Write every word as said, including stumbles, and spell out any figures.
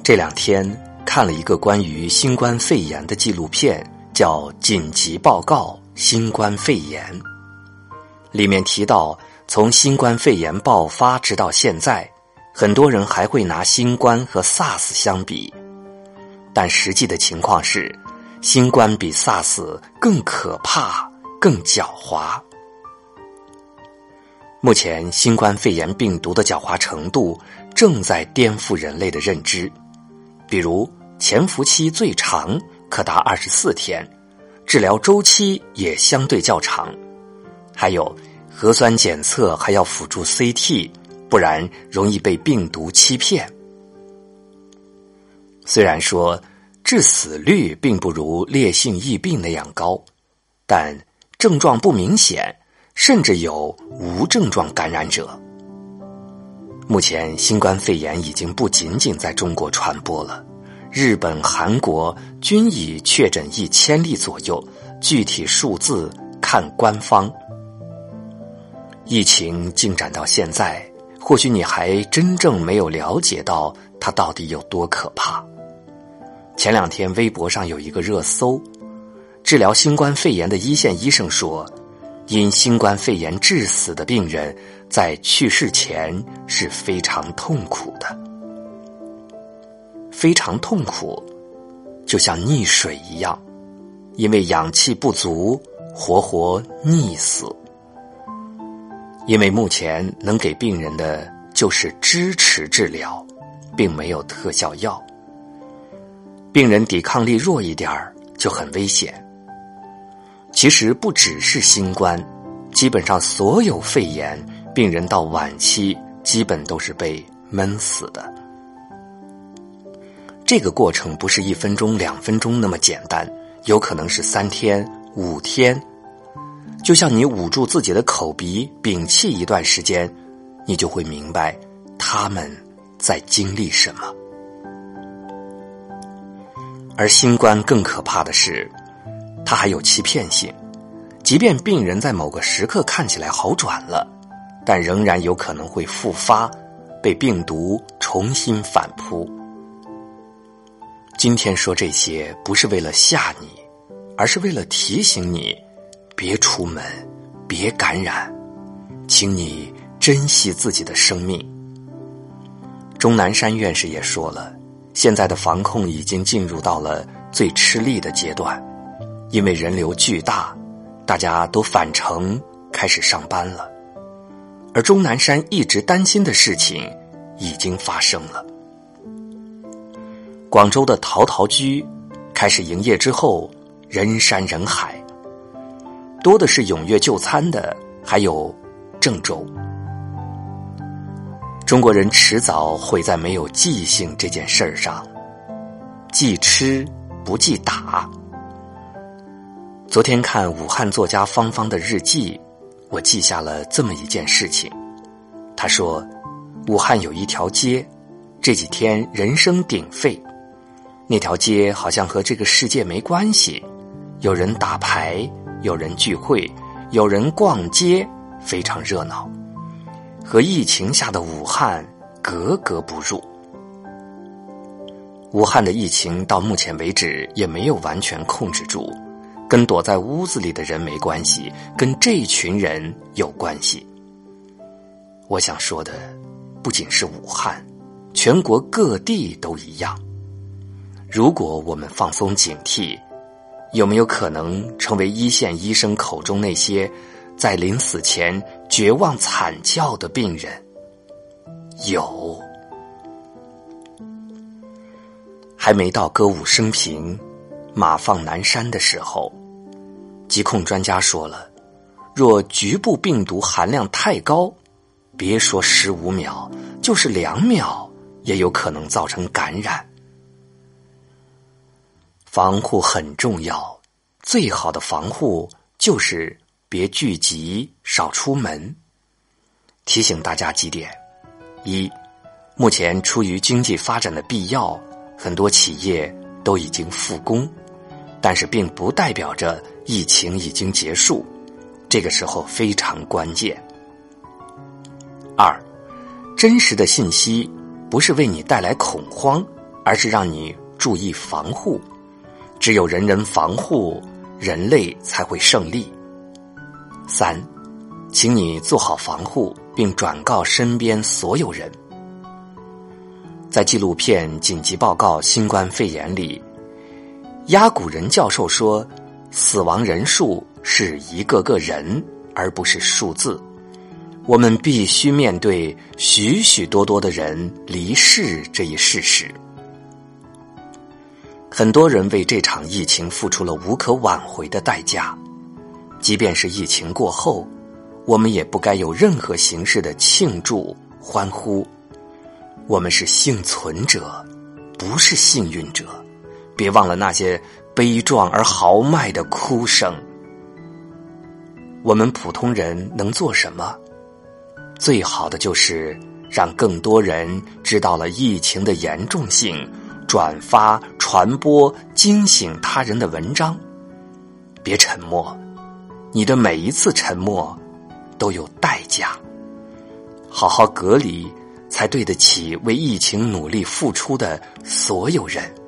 这两天看了一个关于新冠肺炎的纪录片，叫《紧急报告：新冠肺炎》。里面提到，从新冠肺炎爆发直到现在，很多人还会拿新冠和 SARS 相比，但实际的情况是，新冠比 SARS 更可怕、更狡猾。目前新冠肺炎病毒的狡猾程度正在颠覆人类的认知，比如潜伏期最长可达二十四天，治疗周期也相对较长，还有核酸检测还要辅助 C T， 不然容易被病毒欺骗。虽然说致死率并不如烈性疫病那样高，但症状不明显，甚至有无症状感染者。目前新冠肺炎已经不仅仅在中国传播了，日本、韩国均已确诊一千例左右，具体数字看官方。疫情进展到现在，或许你还真正没有了解到它到底有多可怕。前两天微博上有一个热搜，治疗新冠肺炎的一线医生说，因新冠肺炎致死的病人在去世前是非常痛苦的。非常痛苦，就像溺水一样，因为氧气不足，活活溺死。因为目前能给病人的就是支持治疗，并没有特效药。病人抵抗力弱一点儿就很危险。其实不只是新冠，基本上所有肺炎病人到晚期基本都是被闷死的。这个过程不是一分钟两分钟那么简单，有可能是三天五天。就像你捂住自己的口鼻屏气一段时间，你就会明白他们在经历什么。而新冠更可怕的是，它还有欺骗性，即便病人在某个时刻看起来好转了，但仍然有可能会复发，被病毒重新反扑。今天说这些不是为了吓你，而是为了提醒你别出门，别感染，请你珍惜自己的生命。钟南山院士也说了，现在的防控已经进入到了最吃力的阶段，因为人流巨大，大家都返程开始上班了。而钟南山一直担心的事情已经发生了。广州的陶陶居开始营业之后，人山人海，多的是踊跃就餐的，还有郑州。中国人迟早会在没有记性这件事儿上，记吃不记打。昨天看武汉作家芳芳的日记，我记下了这么一件事情。他说，武汉有一条街，这几天人声鼎沸，那条街好像和这个世界没关系，有人打牌，有人聚会，有人逛街，非常热闹，和疫情下的武汉格格不入。武汉的疫情到目前为止也没有完全控制住，跟躲在屋子里的人没关系，跟这群人有关系。我想说的不仅是武汉，全国各地都一样。如果我们放松警惕，有没有可能成为一线医生口中那些在临死前绝望惨叫的病人？有。还没到歌舞升平，马放南山的时候，疾控专家说了，若局部病毒含量太高，别说十五秒，就是两秒也有可能造成感染。防护很重要，最好的防护就是别聚集，少出门。提醒大家几点：一，目前出于经济发展的必要，很多企业都已经复工，但是并不代表着疫情已经结束，这个时候非常关键。二，真实的信息不是为你带来恐慌， 而是让你注意防护。只有人人防护，人类才会胜利。三，请你做好防护，并转告身边所有人。在纪录片《紧急报告：新冠肺炎》里，鸭古仁教授说，死亡人数是一个个人，而不是数字。我们必须面对许许多多的人离世这一事实。很多人为这场疫情付出了无可挽回的代价，即便是疫情过后，我们也不该有任何形式的庆祝、欢呼。我们是幸存者，不是幸运者。别忘了那些悲壮而豪迈的哭声。我们普通人能做什么？最好的就是让更多人知道了疫情的严重性，转发、传播惊醒他人的文章。别沉默，你的每一次沉默都有代价。好好隔离，才对得起为疫情努力付出的所有人。